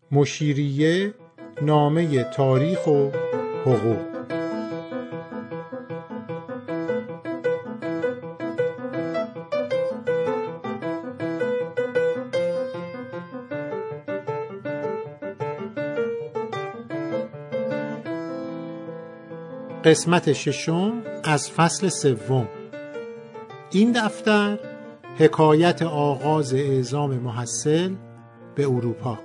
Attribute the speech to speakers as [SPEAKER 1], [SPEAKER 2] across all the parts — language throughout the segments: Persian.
[SPEAKER 1] مشیریه، نامه تاریخ و حقوق. قسمت ششم از فصل سوم. این دفتر حکایت آغاز اعزام محصل به اروپا.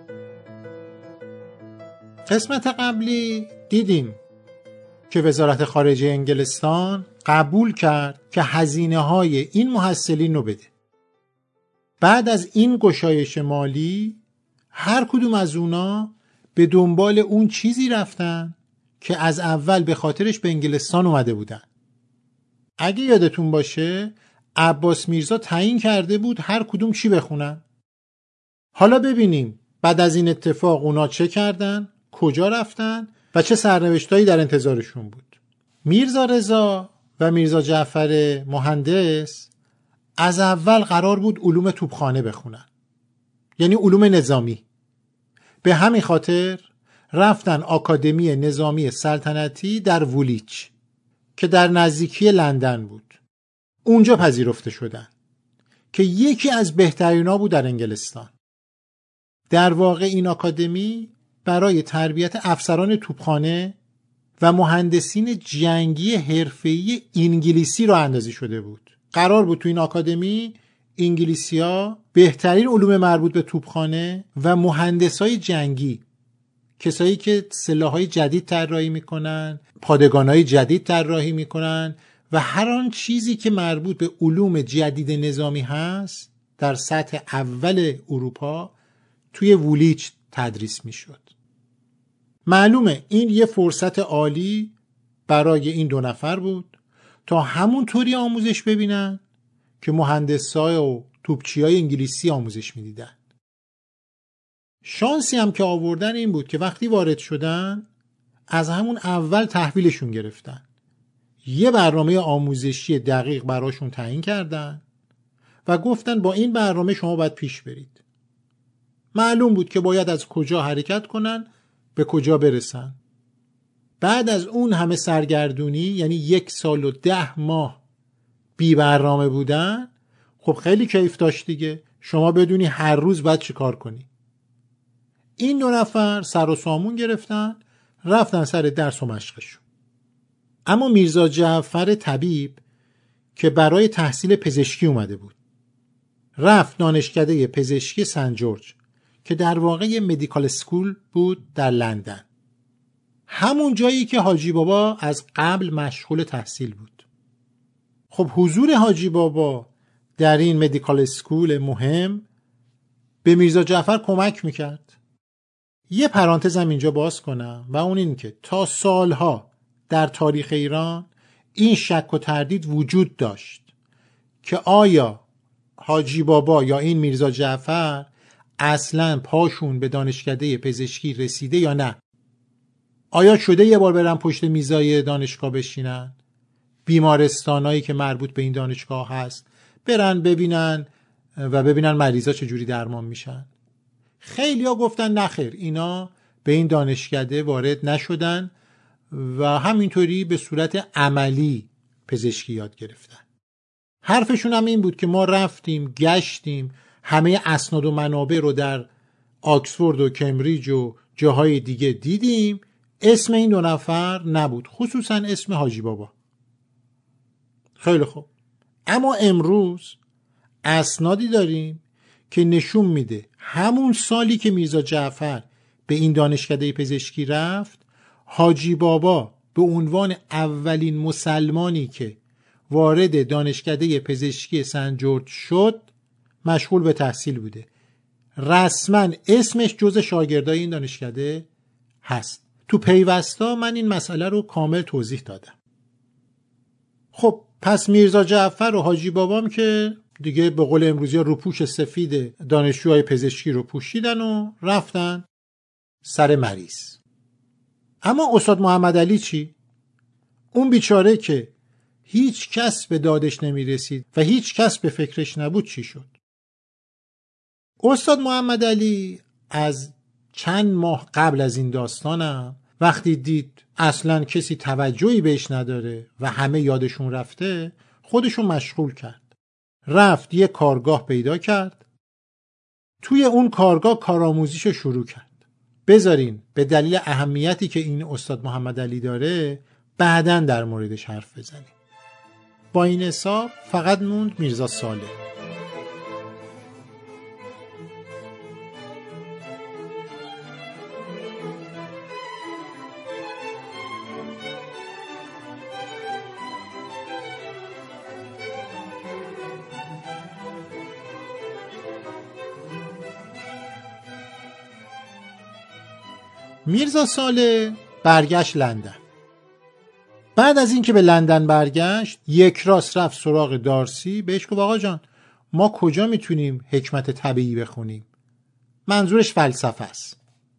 [SPEAKER 1] قسمت قبلی دیدیم که وزارت خارجه انگلستان قبول کرد که هزینه‌های این محصلین رو بده. بعد از این گشایش مالی هر کدوم از اونا به دنبال اون چیزی رفتن که از اول به خاطرش به انگلستان اومده بودن. اگه یادتون باشه عباس میرزا تعیین کرده بود هر کدوم چی بخونن. حالا ببینیم بعد از این اتفاق اونا چه کردن، کجا رفتن و چه سرنوشتایی در انتظارشون بود. میرزا رضا و میرزا جعفر مهندس از اول قرار بود علوم توپخانه بخونن، یعنی علوم نظامی. به همین خاطر رفتن آکادمی نظامی سلطنتی در وولیچ که در نزدیکی لندن بود. اونجا پذیرفته شدن که یکی از بهترینا بود در انگلستان. در واقع این آکادمی برای تربیت افسران توپخانه و مهندسین جنگی حرفه‌ای انگلیسی راه اندازی شده بود. قرار بود تو این آکادمی انگلیسی‌ها بهترین علوم مربوط به توپخانه و مهندسای جنگی، کسایی که سلاح‌های جدید طراحی میکنن، پادگان‌های جدید طراحی میکنن و هر آن چیزی که مربوط به علوم جدید نظامی هست در سطح اول اروپا توی وولیچ تدریس میشد. معلومه این یه فرصت عالی برای این دو نفر بود تا همونطوری آموزش ببینن که مهندسای و توپچیای انگلیسی آموزش میدیدن. شانسی هم که آوردن این بود که وقتی وارد شدن از همون اول تحویلشون گرفتن. یه برنامه آموزشی دقیق براشون تعیین کردن و گفتن با این برنامه شما باید پیش برید. معلوم بود که باید از کجا حرکت کنن به کجا برسن. بعد از اون همه سرگردونی، یعنی 1 سال و 10 ماه بی برنامه بودن، خب خیلی کیف داشت دیگه. شما بدونی هر روز باید چی کار کنی. این دو نفر سر و سامون گرفتن، رفتن سر درس و مشقشون. اما میرزا جعفر طبیب که برای تحصیل پزشکی اومده بود، رفت دانشکده پزشکی سن جورج که در واقع یه مدیکال اسکول بود در لندن، همون جایی که حاجی بابا از قبل مشغول تحصیل بود. خب حضور حاجی بابا در این مدیکال اسکول مهم به میرزا جعفر کمک میکرد. یه پرانتزم اینجا باز کنم و اون این که تا سالها در تاریخ ایران این شک و تردید وجود داشت که آیا حاجی بابا یا این میرزا جعفر اصلاً پاشون به دانشکده پزشکی رسیده یا نه. آیا شده یه بار برن پشت میزای دانشگاه بشینن، بیمارستانایی که مربوط به این دانشگاه هست برن ببینن و ببینن مریضا چجوری درمان میشن. خیلی ها گفتن نخیر، اینا به این دانشکده وارد نشدن و همینطوری به صورت عملی پزشکی یاد گرفتن. حرفشون هم این بود که ما رفتیم گشتیم همه اسناد و منابع رو در آکسفورد و کمبریج و جاهای دیگه دیدیم، اسم این دو نفر نبود، خصوصا اسم حاجی بابا. خیلی خوب، اما امروز اسنادی داریم که نشون میده همون سالی که میرزا جعفر به این دانشکده پزشکی رفت، حاجی بابا به عنوان اولین مسلمانی که وارد دانشکده پزشکی سن جورج شد مشغول به تحصیل بوده. رسما اسمش جز شاگردای این دانشکده هست. تو پیوستا من این مسئله رو کامل توضیح دادم. خب پس میرزا جعفر و حاجی بابام که دیگه به قول امروزی ها روپوش سفید دانشجوهای پزشکی رو پوشیدن و رفتن سر مریض. اما استاد محمد علی چی؟ اون بیچاره که هیچ کس به دادش نمی رسید و هیچ کس به فکرش نبود چی شد؟ استاد محمد علی از چند ماه قبل از این داستانم وقتی دید اصلا کسی توجهی بهش نداره و همه یادشون رفته، خودشون مشغول کرد. رفت یه کارگاه پیدا کرد، توی اون کارگاه کارآموزیشو شروع کرد. بذارین به دلیل اهمیتی که این استاد محمد علی داره بعداً در موردش حرف بزنیم. با این حساب فقط موند میرزا صالح. میرزا صالح برگشت لندن. بعد از اینکه به لندن برگشت، یک راست رفت سراغ دارسی، بهش گفت آقا جان ما کجا میتونیم حکمت طبیعی بخونیم؟ منظورش فلسفه است.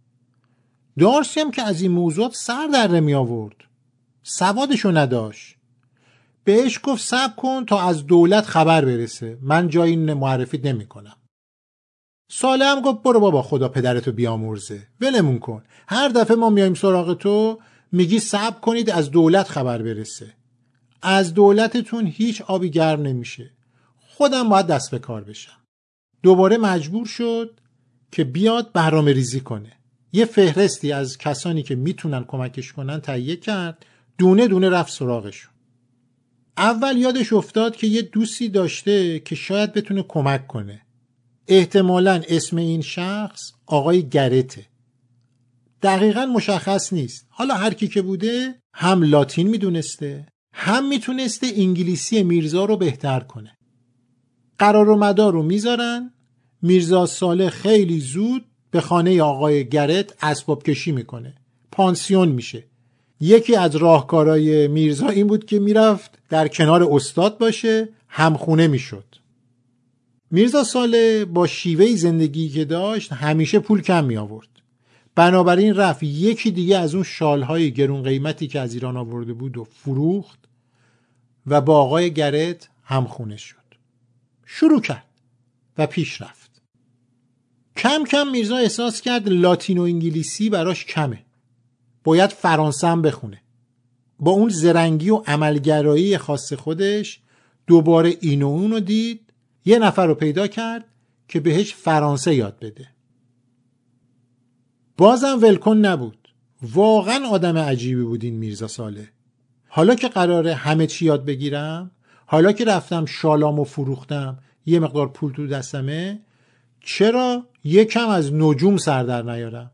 [SPEAKER 1] دارسی هم که از این موضوعات سر در نمی آورد، سوادشو نداشت. بهش گفت صبر کن تا از دولت خبر برسه، من جایی معرفیت نمی کنم. صالح هم گفت برو بابا خدا پدرتو بیامرزه، ولمون کن، هر دفعه ما میایم سراغ تو میگی صبر کنید از دولت خبر برسه. از دولتتون هیچ آبی گرم نمیشه، خودم باید دست به کار بشم. دوباره مجبور شد که بیاد برنامه ریزی کنه. یه فهرستی از کسانی که میتونن کمکش کنن تهیه کرد، دونه دونه رفت سراغشون. اول یادش افتاد که یه دوستی داشته که شاید بتونه کمک کنه. احتمالاً اسم این شخص آقای گرته. دقیقاً مشخص نیست. حالا هر کی که بوده هم لاتین میدونسته، هم میتونسته انگلیسی میرزا رو بهتر کنه. قرار و مدار رو میذارن. میرزا صالح خیلی زود به خانه آقای گرت اسباب کشی میکنه. پانسیون میشه. یکی از راهکارهای میرزا این بود که میرفت در کنار استاد باشه، همخونه میشد. میرزا صالح با شیوه زندگی که داشت همیشه پول کم می آورد. بنابراین رفت یکی دیگه از اون شالهای گرون قیمتی که از ایران آورده بود و فروخت و با آقای گرت همخونه شد. شروع کرد و پیش رفت. کم کم میرزا احساس کرد لاتین و انگلیسی براش کمه. باید فرانسه هم بخونه. با اون زرنگی و عملگرایی خاص خودش دوباره این و اون رو دید. یه نفر رو پیدا کرد که بهش فرانسه یاد بده. بازم ولکن نبود. واقعا آدم عجیبی بود این میرزا صالح. حالا که قراره همه چی یاد بگیرم، حالا که رفتم شالامو فروختم، یه مقدار پول تو دستمه، چرا یکم از نجوم سر در نیارم؟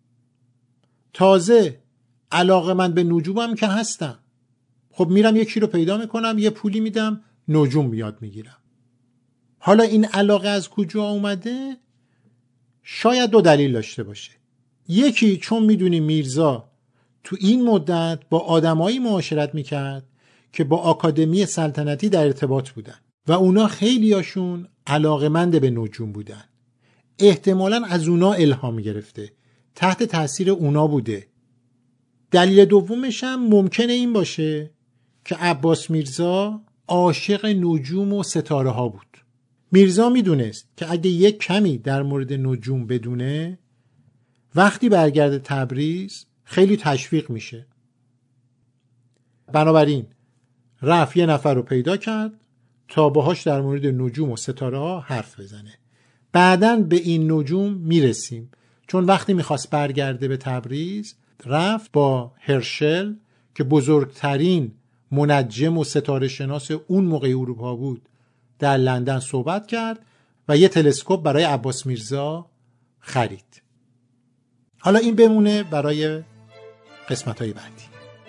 [SPEAKER 1] تازه علاقه من به نجومم که هستم. خب میرم یکی رو پیدا میکنم، یه پولی میدم، نجوم یاد میگیرم. حالا این علاقه از کجا اومده؟ شاید دو دلیل داشته باشه. یکی چون میدونی میرزا تو این مدت با آدمایی معاشرت میکرد که با آکادمی سلطنتی در ارتباط بودن و اونا خیلیاشون علاقه‌مند به نجوم بودن. احتمالاً از اونا الهام گرفته، تحت تاثیر اونا بوده. دلیل دومش هم ممکنه این باشه که عباس میرزا عاشق نجوم و ستاره ها بود. میرزا میدونست که اگه یک کمی در مورد نجوم بدونه، وقتی برگرده تبریز خیلی تشویق میشه. بنابراین رفت یه نفر رو پیدا کرد تا باهاش در مورد نجوم و ستاره ها حرف بزنه. بعدن به این نجوم میرسیم، چون وقتی میخواست برگرده به تبریز رفت با هرشل که بزرگترین منجم و ستاره شناس اون موقع اروپا بود در لندن صحبت کرد و یه تلسکوپ برای عباس میرزا خرید. حالا این بمونه برای قسمت‌های بعدی.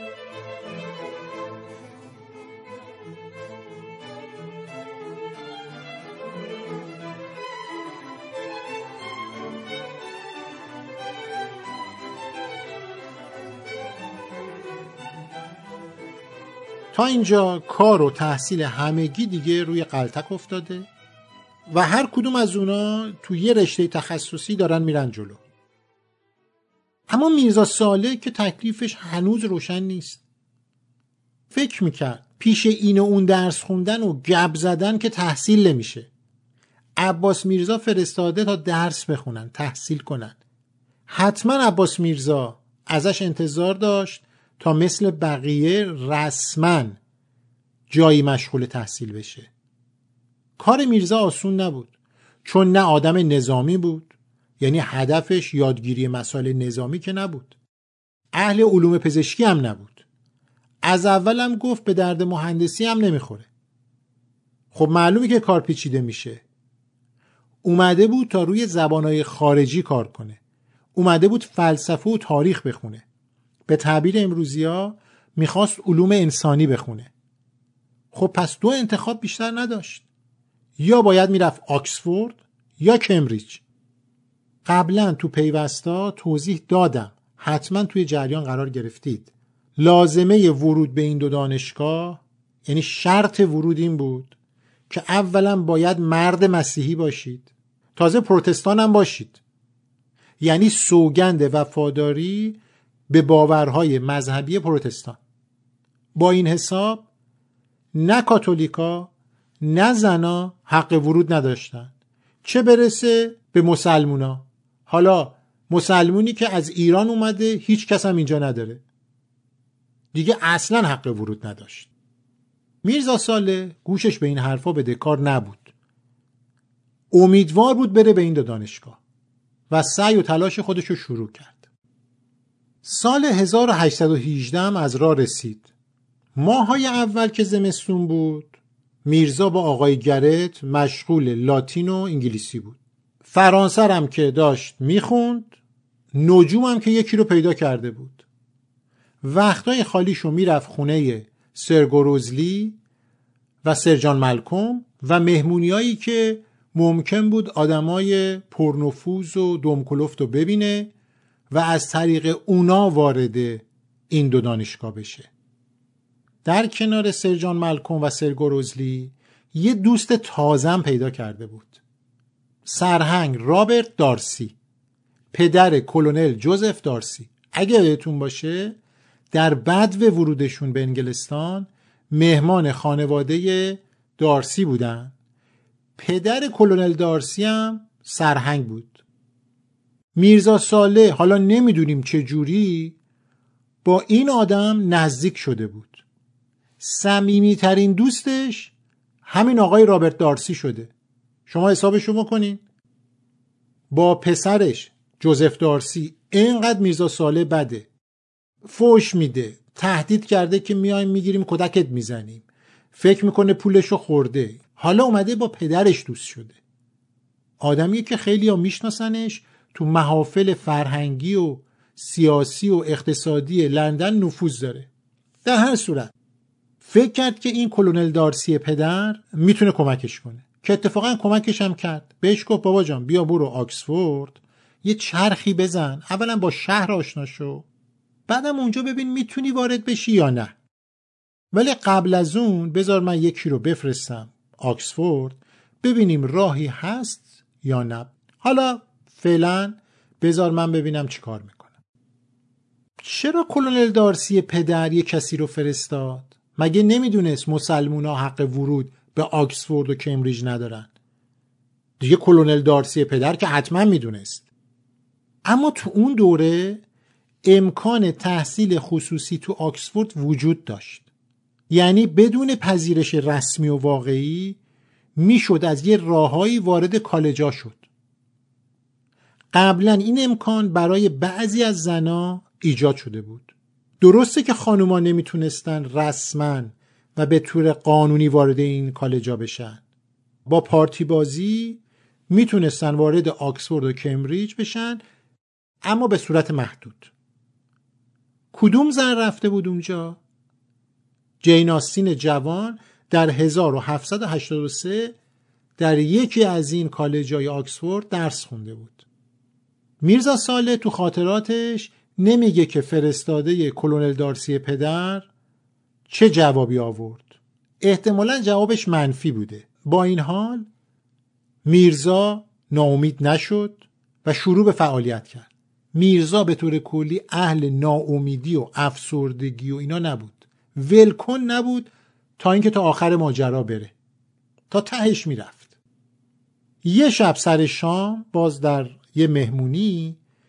[SPEAKER 1] تا اینجا کار و تحصیل همگی دیگه روی غلطک افتاده و هر کدوم از اونا تو یه رشته تخصصی دارن میرن جلو. اما میرزا صالح که تکلیفش هنوز روشن نیست. فکر میکرد پیش این و اون درس خوندن و گپ زدن که تحصیل نمیشه. عباس میرزا فرستاده تا درس بخونن، تحصیل کنن. حتما عباس میرزا ازش انتظار داشت تا مثل بقیه رسما جایی مشغول تحصیل بشه. کار میرزا آسون نبود، چون نه آدم نظامی بود، یعنی هدفش یادگیری مسائل نظامی که نبود، اهل علوم پزشکی هم نبود، از اولم گفت به درد مهندسی هم نمیخوره. خب معلومه که کار پیچیده میشه. اومده بود تا روی زبانهای خارجی کار کنه، اومده بود فلسفه و تاریخ بخونه، به تعبیر امروزی ها میخواست علوم انسانی بخونه. خب پس دو انتخاب بیشتر نداشت، یا باید میرفت آکسفورد یا کمبریج. قبلا تو پیوستا توضیح دادم، حتما توی جریان قرار گرفتید. لازمه ورود به این دو دانشگاه، یعنی شرط ورود این بود که اولا باید مرد مسیحی باشید، تازه پروتستان هم باشید، یعنی سوگند وفاداری به باورهای مذهبی پروتستان. با این حساب نه کاتولیکا نه زنا حق ورود نداشتن، چه برسه به مسلمونا. حالا مسلمونی که از ایران اومده هیچ کس هم اینجا نداره، دیگه اصلا حق ورود نداشت. میرزا صالح گوشش به این حرفا بدهکار نبود، امیدوار بود بره به این دو دانشگاه و سعی و تلاش خودش رو شروع کرد. سال 1818 از راه رسید. ماهای اول که زمستون بود، میرزا با آقای گرت مشغول لاتین و انگلیسی بود. فرانسه هم که داشت میخوند، نجوم هم که یکی رو پیدا کرده بود. وقتای خالیشو میرفت خونه سر گروزلی و سر جان مالکوم و مهمونیایی که ممکن بود آدمای پرنفوذ و دمکلفت رو ببینه و از طریق اونا وارد این دو دانشگاه بشه. در کنار سر جان مالکوم و سر گروزلی یه دوست تازم پیدا کرده بود، سرهنگ رابرت دارسی، پدر کلونل جوزف دارسی. اگه یادتون باشه در بدو ورودشون به انگلستان مهمان خانواده دارسی بودن. پدر کلونل دارسی هم سرهنگ بود. میرزا صالح حالا نمیدونیم چه جوری با این آدم نزدیک شده بود. صمیمی ترین دوستش همین آقای رابرت دارسی شده. شما حسابشو بکنین. با پسرش جوزف دارسی اینقدر میرزا صالح بده، فوش میده، تهدید کرده که میایم میگیریم کتکت میزنیم، فکر میکنه پولشو خورده. حالا اومده با پدرش دوست شده. آدمیه که خیلی ها میشناسنش، تو محافل فرهنگی و سیاسی و اقتصادی لندن نفوذ داره. در هر صورت فکر کرد که این کلونل دارسی پدر میتونه کمکش کنه، که اتفاقا کمکش هم کرد. بهش گفت بابا جان بیا برو آکسفورد یه چرخی بزن، اولا با شهر آشنا شو، بعدم اونجا ببین میتونی وارد بشی یا نه. ولی قبل از اون بذار من یکی رو بفرستم آکسفورد ببینیم راهی هست یا نه. حالا فعلا بذار من ببینم چی کار میکنم. چرا کلونل دارسی پدر یه کسی رو فرستاد؟ مگه نمیدونست مسلمونا حق ورود به آکسفورد و کمبریج ندارن؟ دیگه کلونل دارسی پدر که حتما میدونست. اما تو اون دوره امکان تحصیل خصوصی تو آکسفورد وجود داشت، یعنی بدون پذیرش رسمی و واقعی میشد از یه راههایی وارد کالجا شد. قبلا این امکان برای بعضی از زنا ایجاد شده بود. درسته که خانوما نمیتونستن رسما و به طور قانونی وارد این کالجا بشن، با پارتی بازی میتونستن وارد آکسفورد و کمبریج بشن، اما به صورت محدود. کدوم زن رفته بود اونجا؟ جین آستین جوان در 1783 در یکی از این کالج‌های آکسفورد درس خونده بود. میرزا صالح تو خاطراتش نمیگه که فرستاده کلونل دارسی پدر چه جوابی آورد. احتمالاً جوابش منفی بوده. با این حال میرزا ناامید نشد و شروع به فعالیت کرد. میرزا به طور کلی اهل ناامیدی و افسردگی و اینا نبود، ولکن نبود، تا اینکه تا آخر ماجرا بره، تا تهش میرفت. یه شب سر شام باز در یه مهمونی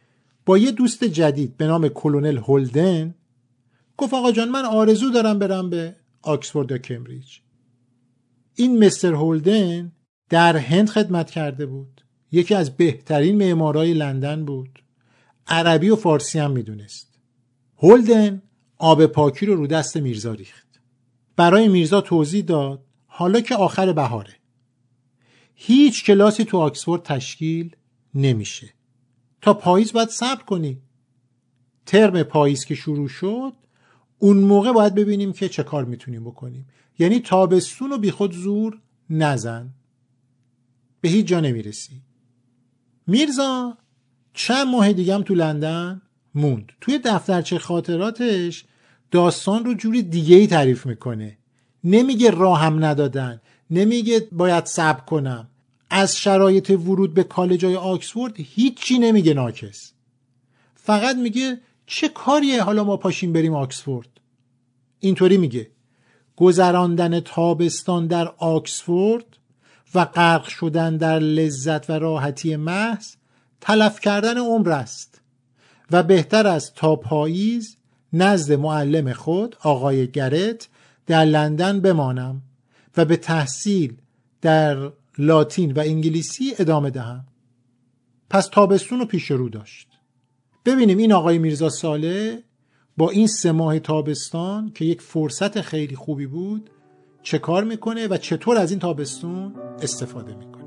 [SPEAKER 1] با یه دوست جدید به نام کلونل هولدن گفت آقا جان من آرزو دارم برم به آکسفورد یا کمبریج. این مستر هولدن در هند خدمت کرده بود، یکی از بهترین معمارای لندن بود، عربی و فارسی هم میدونست. هولدن آب پاکی رو دست میرزا ریخت. برای میرزا توضیح داد حالا که آخر بهاره هیچ کلاسی تو آکسفورد تشکیل نمیشه، تا پاییز باید صبر کنی. ترم پاییز که شروع شد اون موقع باید ببینیم که چه کار میتونیم بکنیم. یعنی تابستون رو بی خود زور نزن، به هیچ جا نمیرسی. میرزا چند ماه دیگه هم تو لندن موند. توی دفترچه خاطراتش داستان رو جوری دیگه‌ای تعریف میکنه. نمیگه راهم ندادن، نمیگه باید صبر کنم. از شرایط ورود به کالج‌های آکسفورد هیچی نمیگه ناکس. فقط میگه چه کاریه حالا ما پاشیم بریم آکسفورد. اینطوری میگه گذراندن تابستان در آکسفورد و غرق شدن در لذت و راحتی محض تلف کردن عمر است و بهتر است تا پاییز نزد معلم خود آقای گرت در لندن بمانم و به تحصیل در لاتین و انگلیسی ادامه دهم. پس تابستون رو پیش رو داشت. ببینیم این آقای میرزا صالح با این 3 ماه تابستان که یک فرصت خیلی خوبی بود چه کار میکنه و چطور از این تابستون استفاده میکنه.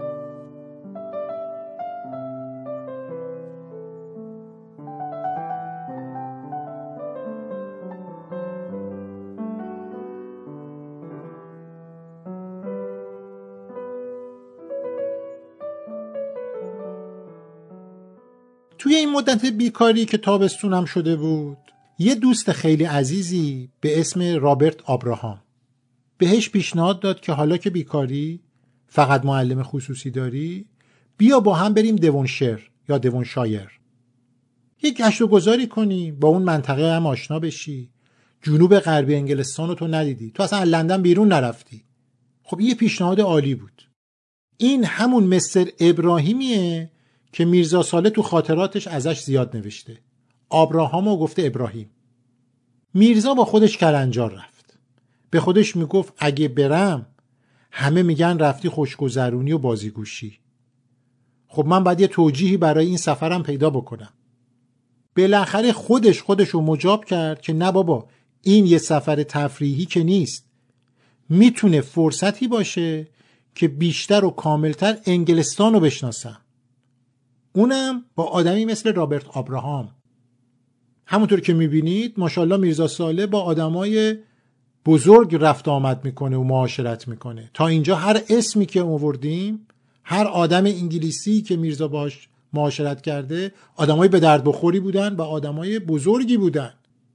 [SPEAKER 1] توی این مدت بیکاری که تابستونم شده بود یه دوست خیلی عزیزی به اسم رابرت آبراهام بهش پیشنهاد داد که حالا که بیکاری فقط معلم خصوصی داری بیا با هم بریم دیونشیر یا دیونشایر، یک گشت و گذاری کنی، با اون منطقه هم آشنا بشی. جنوب غربی انگلستان رو تو ندیدی، تو اصلا از لندن بیرون نرفتی. خب یه پیشنهاد عالی بود. این همون مستر ابراهیمیه که میرزا صالح تو خاطراتش ازش زیاد نوشته. آبراهامو گفته ابراهیم. میرزا با خودش کلنجار رفت. به خودش میگفت اگه برم همه میگن رفتی خوشگذرونی و بازیگوشی. خب من باید یه توجیهی برای این سفرم پیدا بکنم. بالاخره خودشو مجاب کرد که نه بابا این یه سفر تفریحی که نیست، میتونه فرصتی باشه که بیشتر و کاملتر انگلستان رو بشناسم، اونم با آدمی مثل رابرت آبراهام. همونطور که میبینید ماشاءالله میرزا صالح با آدمای بزرگ رفت آمد میکنه و معاشرت میکنه. تا اینجا هر اسمی که آوردیم، هر آدم انگلیسی که میرزا باش معاشرت کرده آدمای به درد بخوری بودن و آدمای بزرگی بودن.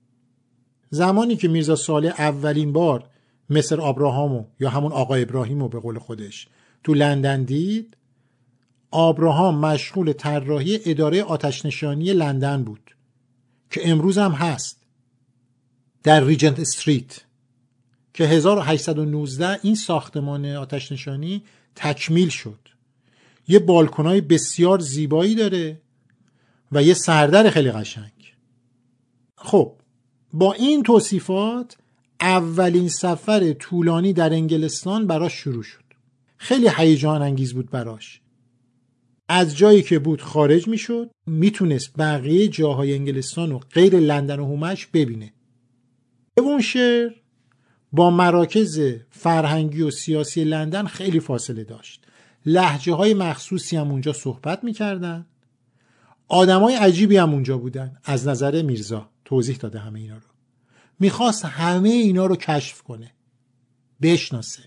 [SPEAKER 1] زمانی که میرزا صالح اولین بار مستر آبراهامو یا همون آقا ابراهیمو به قول خودش تو لندن دید، آبراهام مشغول طراحی اداره آتش‌نشانی لندن بود که امروز هم هست در ریجنت استریت، که 1819 این ساختمان آتش‌نشانی تکمیل شد. یه بالکنای بسیار زیبایی داره و یه سردر خیلی قشنگ. خب با این توصیفات اولین سفر طولانی در انگلستان براش شروع شد. خیلی هیجان انگیز بود براش. از جایی که بود خارج می شد، میتونست بقیه جاهای انگلستان و غیر لندن و هومش ببینه. دیونشیر با مراکز فرهنگی و سیاسی لندن خیلی فاصله داشت. لهجه های مخصوصی هم اونجا صحبت میکردن. آدم های عجیبی هم اونجا بودن. از نظر میرزا توضیح داده همه اینا رو. میخواست همه اینا رو کشف کنه، بشناسه.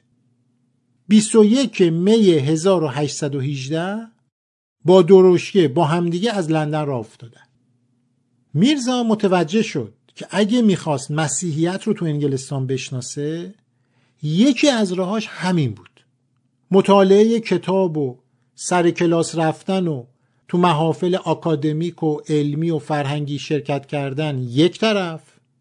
[SPEAKER 1] 21 می 1818 با درشکه با همدیگه از لندن راه افتادن. میرزا متوجه شد که اگه میخواست مسیحیت رو تو انگلستان بشناسه، یکی از راهاش همین بود. مطالعه کتاب و سر کلاس رفتن و تو محافل آکادمیک و علمی و فرهنگی شرکت کردن یک طرف،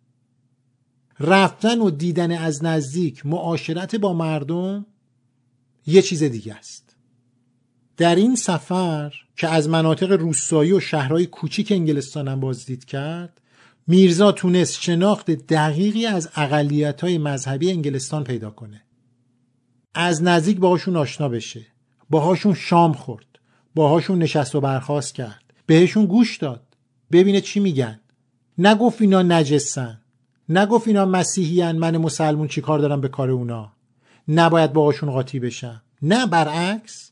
[SPEAKER 1] رفتن و دیدن از نزدیک معاشرت با مردم یه چیز دیگه است. در این سفر که از مناطق روستایی و شهرهای کوچیک انگلستان هم بازدید کرد، میرزا تونست شناخت دقیقی از اقلیت‌های مذهبی انگلستان پیدا کنه. از نزدیک باهاشون آشنا بشه، باهاشون شام خورد، باهاشون نشست و برخاست کرد، بهشون گوش داد، ببینه چی میگن. نگفت اینا نجسن، نگفت اینا مسیحیان، من مسلمون چی کار دارم به کار اونا، نباید باهاشون قاطی بشم. نه، برعکس،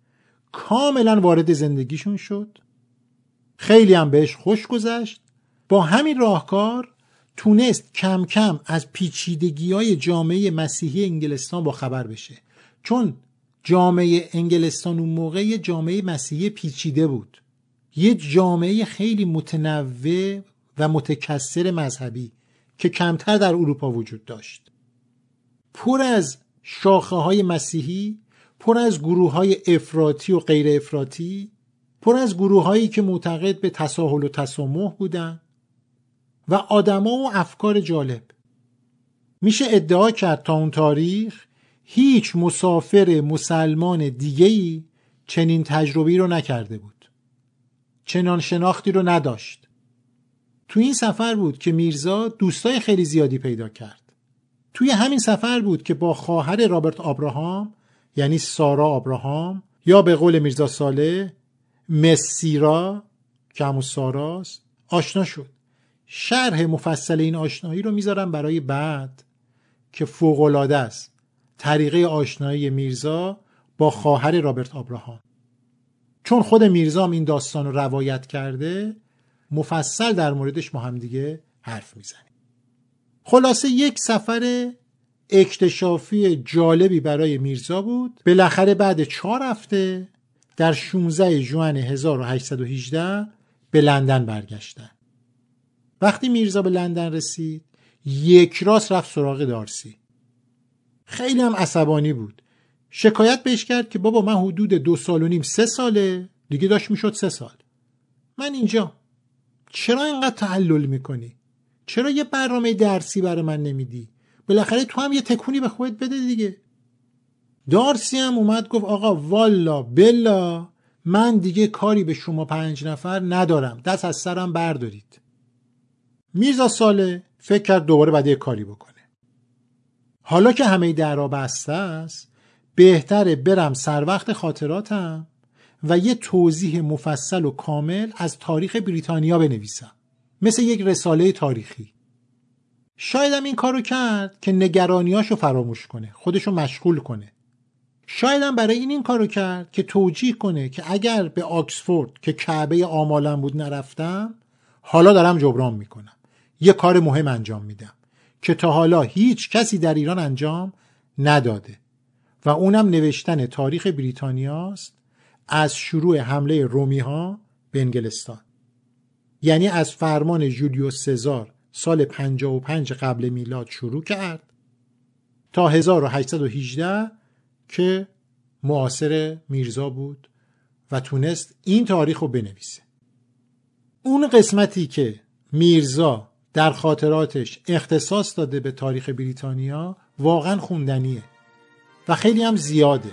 [SPEAKER 1] کاملا وارد زندگیشون شد، خیلی هم بهش خوش گذشت. با همین راهکار تونست کم کم از پیچیدگی‌های جامعه مسیحی انگلستان با خبر بشه، چون جامعه انگلستان اون موقع یه جامعه مسیحی پیچیده بود، یه جامعه خیلی متنوع و متکثر مذهبی که کمتر در اروپا وجود داشت، پر از شاخه‌های مسیحی، پر از گروه‌های افراطی و غیر افراطی، پر از گروه‌هایی که معتقد به تساهل و تسامح بودن و آدما و افکار جالب. میشه ادعا کرد تا اون تاریخ هیچ مسافر مسلمان دیگه‌ای چنین تجربه‌ای رو نکرده بود، چنان شناختی رو نداشت. تو این سفر بود که میرزا دوستای خیلی زیادی پیدا کرد. توی همین سفر بود که با خواهر رابرت آبراهام، یعنی سارا آبراهام، یا به قول میرزا صالح مسیرا که همون ساراست، آشنا شد. شرح مفصل این آشنایی رو میذارم برای بعد که فوق‌العاده است. طریقه آشنایی میرزا با خواهر رابرت آبراهام، چون خود میرزا هم این داستان رو روایت کرده، مفصل در موردش ما هم دیگه حرف میزنیم. خلاصه یک سفر اکتشافی جالبی برای میرزا بود. بالاخره بعد 4 هفته در 16 ژوئن 1818 به لندن برگشتن. وقتی میرزا به لندن رسید، یک راست رفت سراغ دارسی. خیلی هم عصبانی بود. شکایت بهش کرد که بابا من حدود 2 سال و نیم 3 ساله دیگه داشت میشد 3 سال من اینجا، چرا اینقدر تعلل میکنی؟ چرا یه برنامه درسی برای من نمیدی؟ بالاخره تو هم یه تکونی به خودت بده دیگه. دارسی هم اومد گفت آقا والا بلا من دیگه کاری به شما 5 نفر ندارم، دست از سرم بردارید. میرزا صالح فکر کرد دوباره باید یه کاری بکنه. حالا که همه درا بسته است، بهتره برم سر وقت خاطراتم و یه توضیح مفصل و کامل از تاریخ بریتانیا بنویسم، مثل یک رساله تاریخی. شایدم این کارو کرد که نگرانیاشو فراموش کنه، خودشو مشغول کنه. شایدم برای این کارو کرد که توجیه کنه که اگر به آکسفورد که کعبه آمالم بود نرفتم، حالا دارم جبران میکنم، یه کار مهم انجام میدم که تا حالا هیچ کسی در ایران انجام نداده و اونم نوشتن تاریخ بریتانیاست از شروع حمله رومی ها به انگلستان، یعنی از فرمان جولیوس سزار سال 55 قبل میلاد شروع کرد تا 1818 که معاصر میرزا بود و تونست این تاریخ رو بنویسه. اون قسمتی که میرزا در خاطراتش اختصاص داده به تاریخ بریتانیا واقعا خوندنیه و خیلی هم زیاده.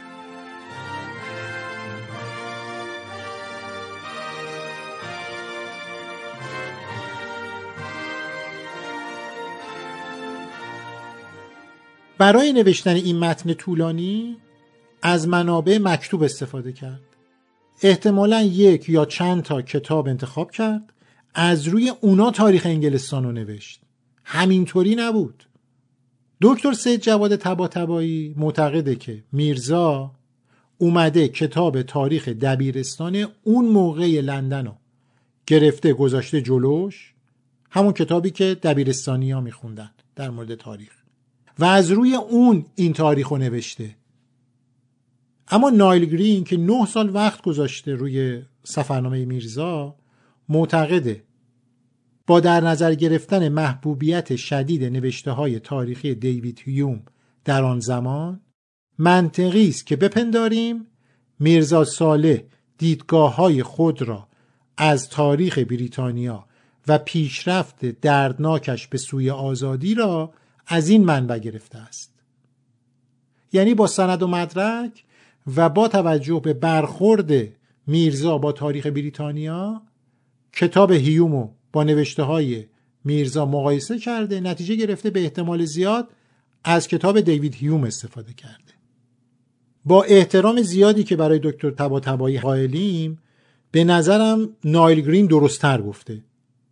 [SPEAKER 1] برای نوشتن این متن طولانی از منابع مکتوب استفاده کرد. احتمالاً 1 یا چند تا کتاب انتخاب کرد، از روی اونا تاریخ انگلستان رو نوشت. همینطوری نبود. دکتر سید جواد طباطبایی معتقده که میرزا اومده کتاب تاریخ دبیرستان اون موقع لندن رو گرفته گذاشته جلوش، همون کتابی که دبیرستانی ها میخوندن در مورد تاریخ، و از روی اون این تاریخ رو نوشته. اما نایل گرین که 9 سال وقت گذاشته روی سفرنامه میرزا، معتقده با در نظر گرفتن محبوبیت شدید نوشته های تاریخی دیوید هیوم در آن زمان، منطقی است که بپنداریم میرزا صالح دیدگاه های خود را از تاریخ بریتانیا و پیشرفت دردناکش به سوی آزادی را از این منبع گرفته است. یعنی با سند و مدرک و با توجه به برخورد میرزا با تاریخ بریتانیا کتاب هیومو با نوشته های میرزا مقایسه کرده، نتیجه گرفته به احتمال زیاد از کتاب دیوید هیوم استفاده کرده. با احترام زیادی که برای دکتر طباطبایی قائلیم، به نظرم نایل گرین درست‌تر گفته.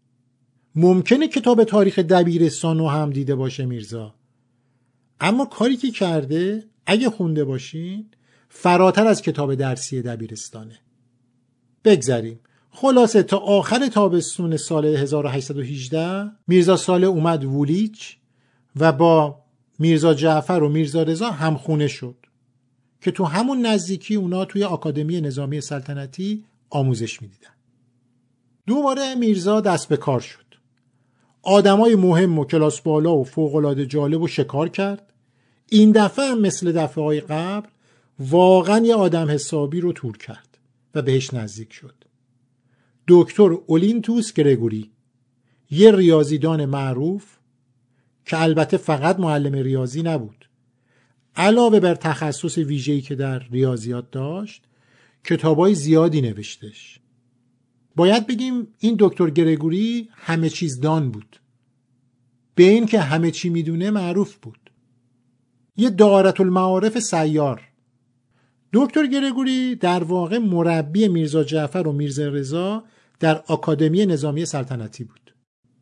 [SPEAKER 1] ممکنه کتاب تاریخ دبیرستان رو هم دیده باشه میرزا، اما کاری که کرده اگه خونده باشین فراتر از کتاب درسی دبیرستانه. بگذریم. خلاصه تا آخر تابستون سال 1818 میرزا صالح اومد وولیچ و با میرزا جعفر و میرزا رضا همخونه شد که تو همون نزدیکی اونا توی آکادمی نظامی سلطنتی آموزش میدیدن. دوباره میرزا دست به کار شد. آدمای مهم و کلاس بالا و فوق‌العاده جالب و شکار کرد. این دفعه هم مثل دفعه‌های قبل واقعا یه آدم حسابی رو تور کرد و بهش نزدیک شد. دکتر اولینتوس گرگوری، یه ریاضیدان معروف که البته فقط معلم ریاضی نبود. علاوه بر تخصص ویژه‌ای که در ریاضیات داشت، کتابای زیادی نوشتش. باید بگیم این دکتر گرگوری همه چیز دان بود. به این که همه چی میدونه معروف بود. یه دائره المعارف سیار. دکتر گرگوری در واقع مربی میرزا جعفر و میرزا رضا در آکادمی نظامی سلطنتی بود.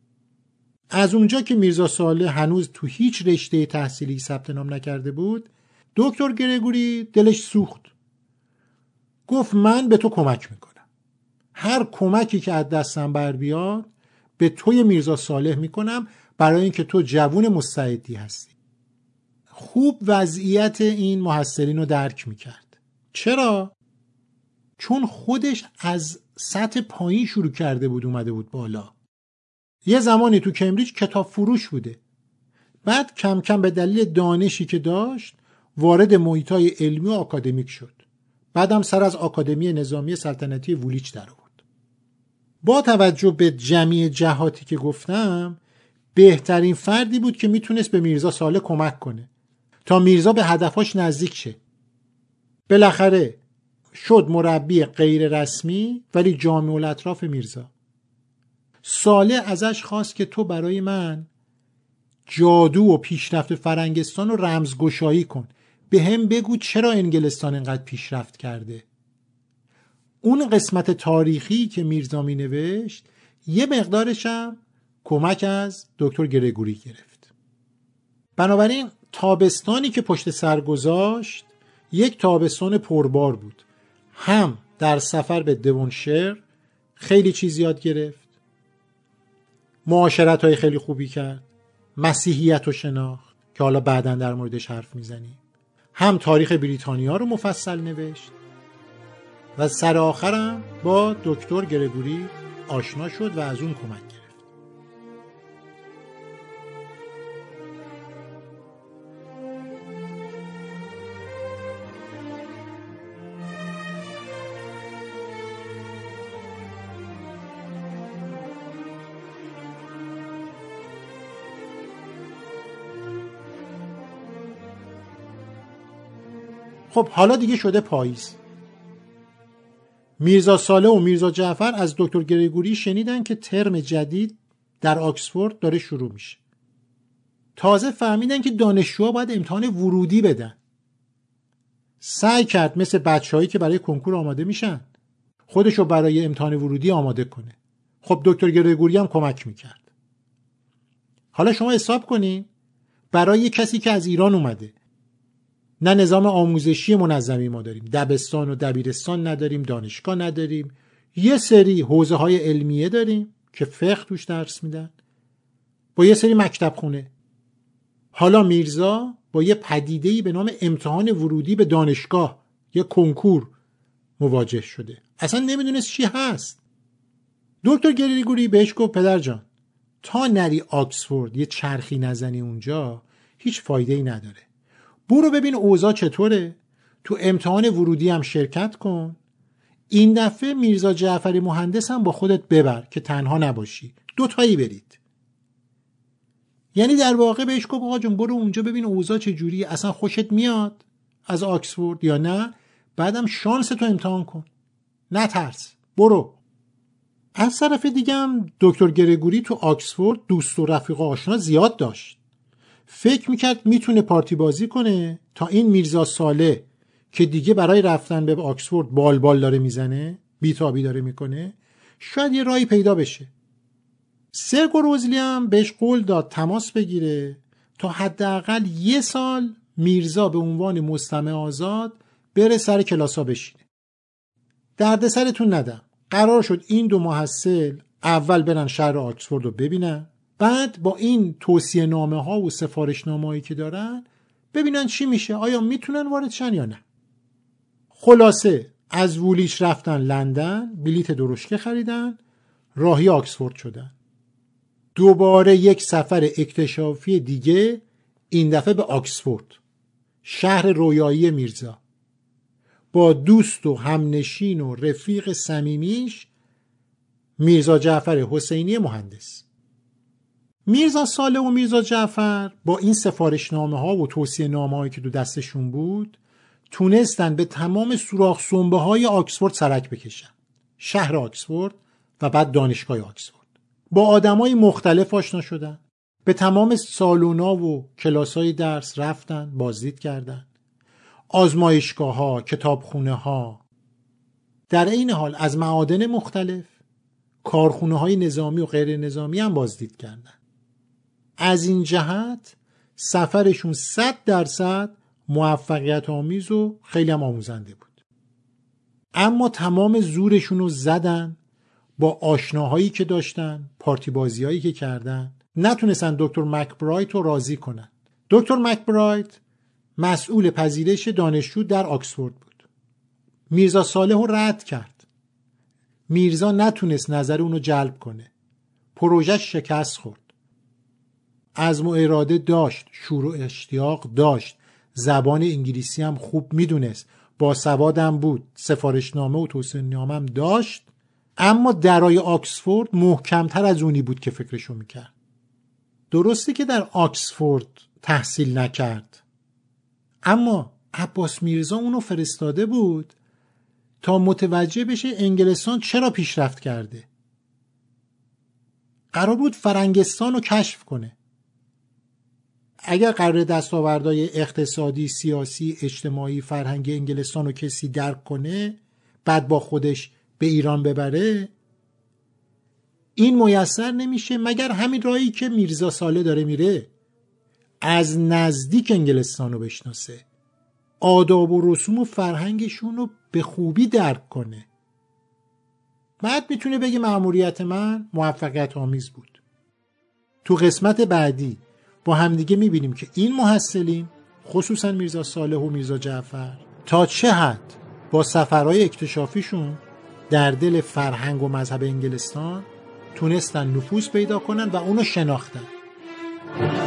[SPEAKER 1] از اونجا که میرزا صالح هنوز تو هیچ رشته تحصیلی ثبت نام نکرده بود، دکتر گرگوری دلش سوخت. گفت من به تو کمک میکنم. هر کمکی که از دستم بر بیاد به توی میرزا صالح میکنم، برای اینکه تو جوون مستعدی هستی. خوب وضعیت این محصلین رو درک میکرد. چرا؟ چون خودش از سطح پایین شروع کرده بود اومده بود بالا. یه زمانی تو کمبریج کتاب فروش بوده. بعد کم کم به دلیل دانشی که داشت وارد محیطای علمی و آکادمیک شد. بعدم سر از آکادمی نظامی سلطنتی وولیچ در آورد. با توجه به جمعی جهاتی که گفتم، بهترین فردی بود که میتونست به میرزا صالح کمک کنه تا میرزا به هدفاش نزدیک شه. بالاخره شد مربی غیر رسمی ولی جامع الاطراف میرزا. صالح ازش خواست که تو برای من جادو و پیشرفت فرنگستان رو رمزگشایی کن. به هم بگو چرا انگلستان اینقدر پیشرفت کرده. اون قسمت تاریخی که میرزا می نوشت یه مقدارش هم کمک از دکتر گرگوری گرفت. بنابراین تابستانی که پشت سر گذاشت یک تابستان پربار بود. هم در سفر به devonshire خیلی چیز یاد گرفت، معاشرت‌های خیلی خوبی کرد، مسیحیت رو شناخت که حالا بعداً در موردش حرف میزنیم، هم تاریخ بریتانیا رو مفصل نوشت و سر آخرم با دکتر گرگوری آشنا شد و از اون کمک گرفت. خب حالا دیگه شده پاییز. میرزا صالح و میرزا جعفر از دکتر گرگوری شنیدن که ترم جدید در آکسفورد داره شروع میشه. تازه فهمیدن که دانشجوها باید امتحان ورودی بدن. سعی کرد مثل بچه‌هایی که برای کنکور آماده میشن خودشو برای امتحان ورودی آماده کنه. خب دکتر گرگوری هم کمک میکرد. حالا شما حساب کنین برای کسی که از ایران اومده، نه نظام آموزشی منظمی ما داریم، دبستان و دبیرستان نداریم، دانشگاه نداریم، یه سری حوزه‌های علمیه داریم که فقه توش درس میدن، با یه سری مکتب خونه. حالا میرزا با یه پدیده‌ای به نام امتحان ورودی به دانشگاه، یه کنکور مواجه شده. اصلا نمیدونست چی هست. دکتر گرگوری بهش گفت پدر جان، تا نری آکسفورد یه چرخی نزنی اونجا هیچ فایده‌ای نداره. برو ببین اوضاع چطوره، تو امتحان ورودی هم شرکت کن. این دفعه میرزا جعفری مهندس هم با خودت ببر که تنها نباشی، دوتایی برید. یعنی در واقع بهش گفت آقا جون برو اونجا ببین اوضاع چجوریه، اصلا خوشت میاد از آکسفورد یا نه، بعدم شانس تو امتحان کن، نترس، برو. از طرف دیگه هم دکتر گرگوری تو آکسفورد دوست و رفیق و آشنا زیاد داشت. فکر میکرد میتونه پارتی بازی کنه تا این میرزا صالح که دیگه برای رفتن به آکسفورد بال داره میزنه، بیتابی داره میکنه، شاید یه راهی پیدا بشه. سر گروزلی هم بهش قول داد تماس بگیره تا حداقل 1 سال میرزا به عنوان مستمع آزاد بره سر کلاسا بشینه. دردسرتون ندم، قرار شد این 2 محصل اول برن شهر آکسفورد رو ببینن، بعد با این توصیه نامه ها و سفارش نامه هایی که دارن ببینن چی میشه، آیا میتونن وارد شن یا نه. خلاصه از وولیچ رفتن لندن، بلیت درشکه خریدن، راهی آکسفورد شدن. دوباره یک سفر اکتشافی دیگه، این دفعه به آکسفورد، شهر رویایی میرزا، با دوست و همنشین و رفیق صمیمیش میرزا جعفر حسینی مهندس. میرزا صالح و میرزا جعفر با این سفارشنامه ها و توصیه نامه هایی که دو دستشون بود تونستن به تمام سوراخ سنبه های آکسفورد سرک بکشن، شهر آکسفورد و بعد دانشگاه آکسفورد. با آدمای مختلف آشنا شدن، به تمام سالونا و کلاسای درس رفتن، بازدید کردن، آزمایشگاه ها، کتابخونه ها، در این حال از معادن مختلف، کارخونه های نظامی و غیر نظامی هم بازدید کردن. از این جهت سفرشون 100% موفقیت آمیز و خیلی هم آموزنده بود. اما تمام زورشون رو زدن، با آشناهایی که داشتن، پارتی بازیایی که کردن، نتونستن دکتر مکبرایت رو راضی کنن. دکتر مکبرایت مسئول پذیرش دانشجو در آکسفورد بود. میرزا صالح رو رد کرد. میرزا نتونست نظر اونو جلب کنه. پروژهش شکست خورد. عزم و اراده داشت، شور و اشتیاق داشت، زبان انگلیسی هم خوب میدونست، با سوادم بود، سفارشنامه و توصیه‌نامه هم داشت، اما درای آکسفورد محکمتر از اونی بود که فکرشو میکرد. درسته که در آکسفورد تحصیل نکرد، اما عباس میرزا اونو فرستاده بود تا متوجه بشه انگلستان چرا پیشرفت کرده. قرار بود فرنگستان رو کشف کنه. اگر قرار دستاوردهای اقتصادی، سیاسی، اجتماعی، فرهنگی انگلستان رو کسی درک کنه، بعد با خودش به ایران ببره، این میسر نمیشه مگر همین راهی که میرزا صالح داره میره، از نزدیک انگلستان رو بشناسه، آداب و رسوم و فرهنگشون رو به خوبی درک کنه. بعد میتونه بگه مأموریت من موفقیت آمیز بود. تو قسمت بعدی با همدیگه میبینیم که این محصلین، خصوصا میرزا صالح و میرزا جعفر، تا چه حد با سفرهای اکتشافیشون در دل فرهنگ و مذهب انگلستان تونستن نفوذ پیدا کنن و اونو شناختن.